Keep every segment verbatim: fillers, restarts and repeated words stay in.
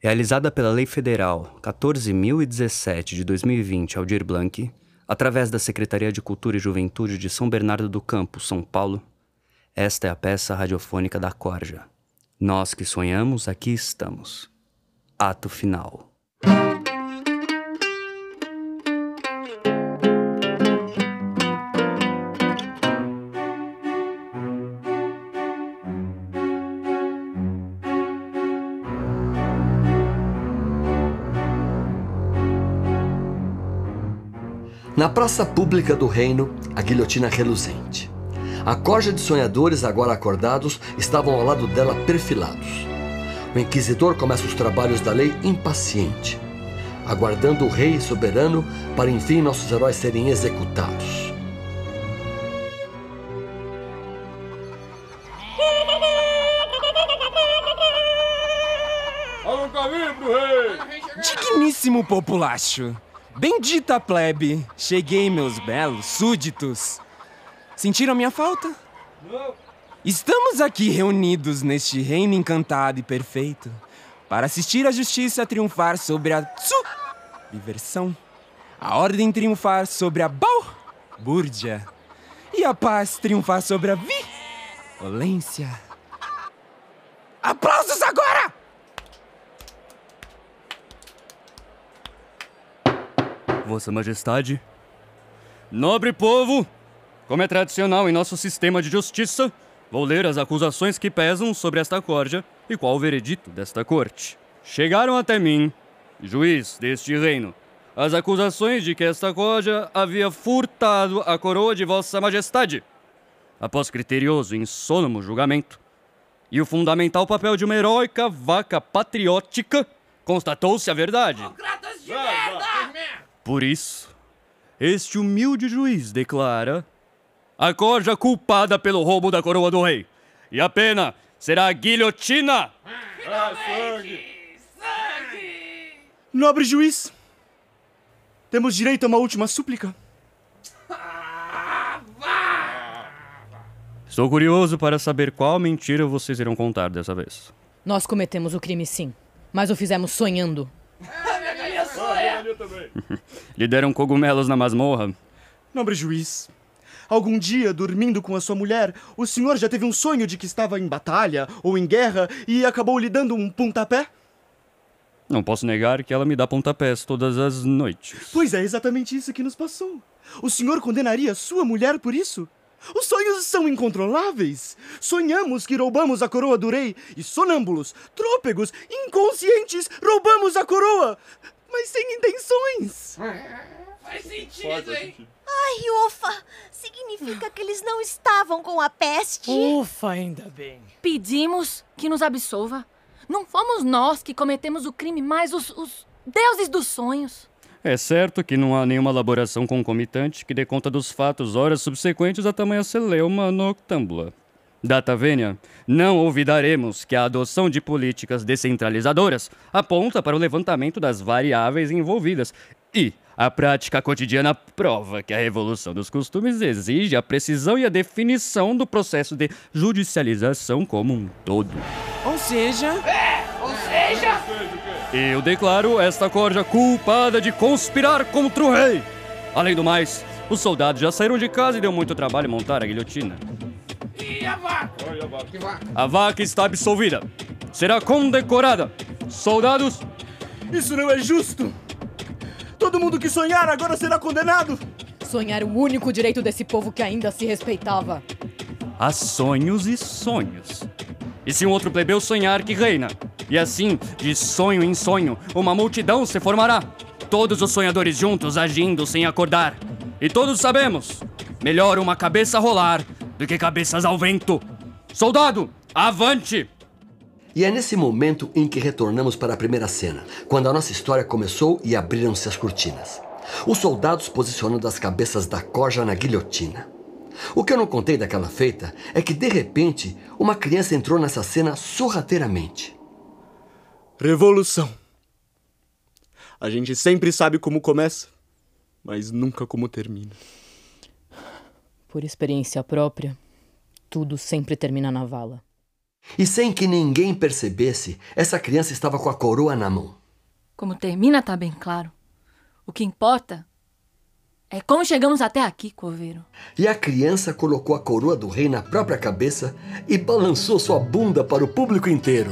Realizada pela Lei Federal quatorze mil e dezessete de dois mil e vinte, Aldir Blanc, através da Secretaria de Cultura e Juventude de São Bernardo do Campo, São Paulo, esta é a peça radiofônica da Corja. Nós que sonhamos, aqui estamos. Ato final. Na praça pública do reino, a guilhotina reluzente. A corja de sonhadores, agora acordados, estavam ao lado dela perfilados. O inquisidor começa os trabalhos da lei impaciente, aguardando o rei soberano para enfim nossos heróis serem executados. Olha um caminho pro rei! Digníssimo populacho! Bendita plebe! Cheguei, meus belos súditos! Sentiram minha falta? Não. Estamos aqui reunidos neste reino encantado e perfeito para assistir a justiça triunfar sobre a subversão, a ordem triunfar sobre a balbúrdia e a paz triunfar sobre a violência. Aplausos agora! Vossa Majestade, nobre povo, como é tradicional em nosso sistema de justiça, vou ler as acusações que pesam sobre esta corja e qual o veredito desta corte. Chegaram até mim, juiz deste reino, as acusações de que esta corja havia furtado a coroa de Vossa Majestade. Após criterioso e insônomo julgamento, e o fundamental papel de uma heróica vaca patriótica, constatou-se a verdade. Democratas de merda! Por isso, este humilde juiz declara a corja culpada pelo roubo da coroa do rei. E a pena será a guilhotina. Ah, sangue! Sangue! Nobre juiz, temos direito a uma última súplica? Estou curioso para saber qual mentira vocês irão contar dessa vez. Nós cometemos o crime, sim, mas o fizemos sonhando. Lhe deram cogumelos na masmorra? Nobre juiz, algum dia, dormindo com a sua mulher, o senhor já teve um sonho de que estava em batalha ou em guerra e acabou lhe dando um pontapé? Não posso negar que ela me dá pontapés todas as noites. Pois é exatamente isso que nos passou. O senhor condenaria sua mulher por isso? Os sonhos são incontroláveis. Sonhamos que roubamos a coroa do rei e sonâmbulos, trôpegos, inconscientes, roubamos a coroa, mas sem intenções. Faz sentido, hein? Ai, ufa! Significa que eles não estavam com a peste? Ufa, ainda bem. Pedimos que nos absolva. Não fomos nós que cometemos o crime, mas os, os deuses dos sonhos. É certo que não há nenhuma elaboração concomitante que dê conta dos fatos horas subsequentes a tamanha celeuma noctâmbula. Data vênia, não olvidaremos que a adoção de políticas descentralizadoras aponta para o levantamento das variáveis envolvidas e a prática cotidiana prova que a revolução dos costumes exige a precisão e a definição do processo de judicialização como um todo. Ou seja... É, ou seja... Eu declaro esta corja culpada de conspirar contra o rei. Além do mais, os soldados já saíram de casa e deu muito trabalho montar a guilhotina. E a vaca? Olha a vaca. Que vaca? A vaca está absolvida. Será condecorada. Soldados... Isso não é justo! Todo mundo que sonhar agora será condenado! Sonhar o único direito desse povo que ainda se respeitava. Há sonhos e sonhos. E se um outro plebeu sonhar que reina? E assim, de sonho em sonho, uma multidão se formará. Todos os sonhadores juntos agindo sem acordar. E todos sabemos, melhor uma cabeça rolar do que cabeças ao vento. Soldado, avante! E é nesse momento em que retornamos para a primeira cena, quando a nossa história começou e abriram-se as cortinas. Os soldados posicionando as cabeças da corja na guilhotina. O que eu não contei daquela feita é que, de repente, uma criança entrou nessa cena sorrateiramente. Revolução. A gente sempre sabe como começa, mas nunca como termina. Por experiência própria, tudo sempre termina na vala. E sem que ninguém percebesse, essa criança estava com a coroa na mão. Como termina, tá bem claro. O que importa é como chegamos até aqui, coveiro. E a criança colocou a coroa do rei na própria cabeça e balançou sua bunda para o público inteiro.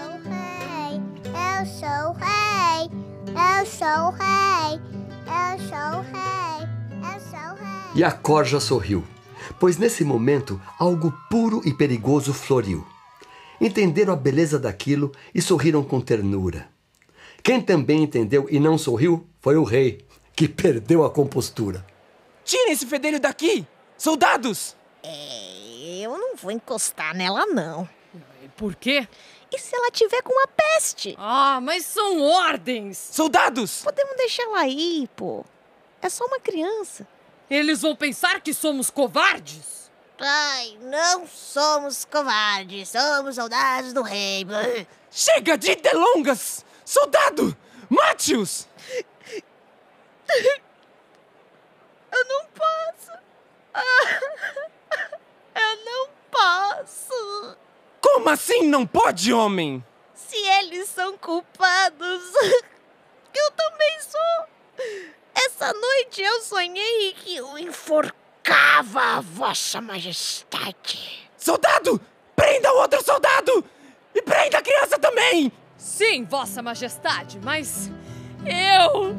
Eu sou o rei, eu sou o rei, eu sou o rei, eu sou o rei. E a corja sorriu, pois nesse momento algo puro e perigoso floriu. Entenderam a beleza daquilo e sorriram com ternura. Quem também entendeu e não sorriu foi o rei, que perdeu a compostura. Tirem esse fedelho daqui! Soldados! É, eu não vou encostar nela, não. Por quê? E se ela tiver com a peste? Ah, mas são ordens! Soldados! Podemos deixar ela aí, pô. É só uma criança. Eles vão pensar que somos covardes? Ai, não somos covardes, somos soldados do rei. Chega de delongas! Soldado! Mate-os! Eu não posso. Eu não posso. Como assim não pode, homem? Se eles são culpados, eu também sou. Essa noite eu sonhei que eu enforcava a vossa majestade. Soldado! Prenda o outro soldado! E prenda a criança também! Sim, vossa majestade, mas... Eu...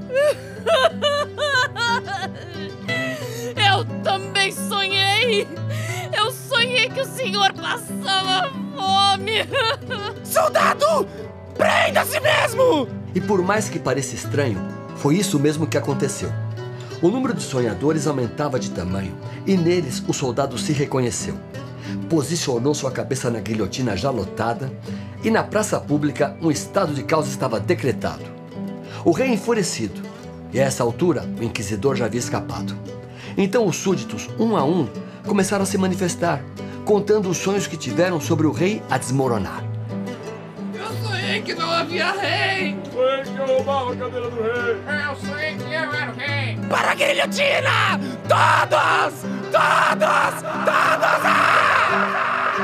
Eu também sonhei! Eu sonhei que o senhor passava fome! Soldado! Prenda a si mesmo! E por mais que pareça estranho, foi isso mesmo que aconteceu. O número de sonhadores aumentava de tamanho e neles o soldado se reconheceu. Posicionou sua cabeça na guilhotina já lotada e na praça pública um estado de caos estava decretado. O rei enfurecido, e a essa altura o inquisidor já havia escapado. Então os súditos, um a um, começaram a se manifestar, contando os sonhos que tiveram sobre o rei a desmoronar. Eu sonhei que não havia rei! Sonhei que eu roubava a cadeira do rei! Eu sonhei que eu era o rei! Para a guilhotina! Todos! Todos! Todos! Ah!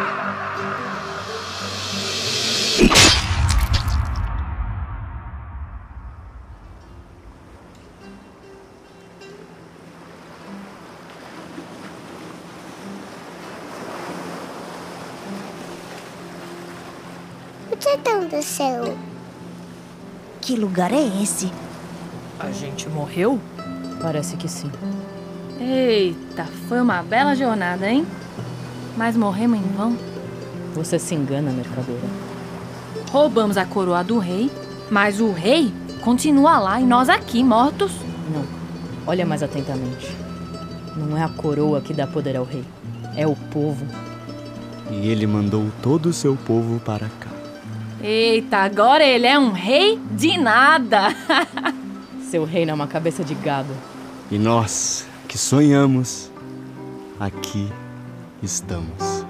O que aconteceu? Que lugar é esse? A gente morreu? Parece que sim. Eita, foi uma bela jornada, hein? Mas morremos em vão. Você se engana, mercadora. Roubamos a coroa do rei, mas o rei continua lá e nós aqui, mortos. Não, olha mais atentamente. Não é a coroa que dá poder ao rei, é o povo. E ele mandou todo o seu povo para cá. Eita, agora ele é um rei de nada. Seu reino é uma cabeça de gado. E nós, que sonhamos, aqui estamos.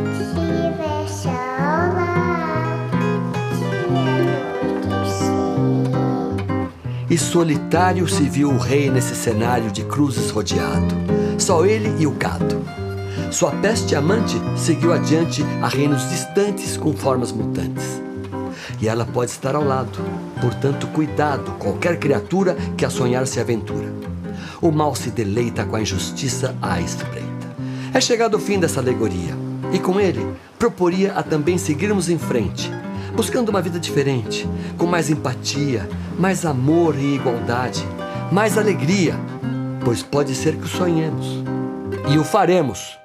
Sim. E solitário se viu o rei nesse cenário de cruzes rodeado. Só ele e o gado. Sua peste amante seguiu adiante a reinos distantes com formas mutantes. E ela pode estar ao lado. Portanto, cuidado, qualquer criatura que a sonhar se aventura. O mal se deleita com a injustiça à espreita. É chegado o fim dessa alegoria. E com ele, proporia a também seguirmos em frente, buscando uma vida diferente, com mais empatia, mais amor e igualdade, mais alegria, pois pode ser que o sonhemos. E o faremos.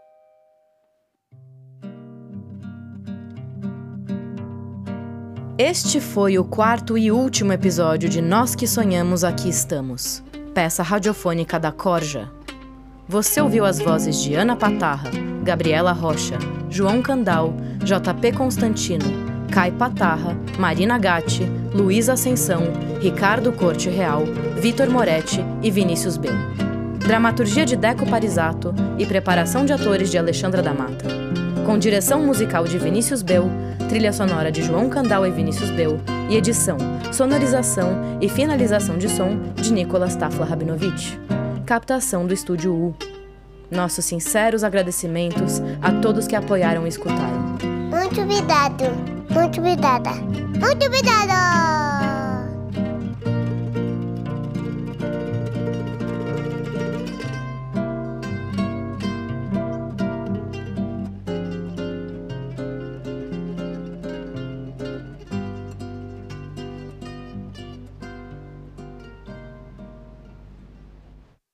Este foi o quarto e último episódio de Nós que Sonhamos Aqui Estamos, peça radiofônica da Corja. Você ouviu as vozes de Ana Patarra, Gabriela Rocha, João Candal, J P Constantino, Kai Patarra, Marina Gatti, Luiz Ascensão, Ricardo Corte Real, Vitor Moretti e Vinícius Bel. Dramaturgia de Deco Parisato e preparação de atores de Alexandra da Mata. Com direção musical de Vinícius Bel, trilha sonora de João Candal e Vinícius Bel e edição, sonorização e finalização de som de Nicolas Tafla Rabinovich. Captação do Estúdio U. Nossos sinceros agradecimentos a todos que apoiaram e escutaram. Muito obrigado. Muito obrigada. Muito obrigada.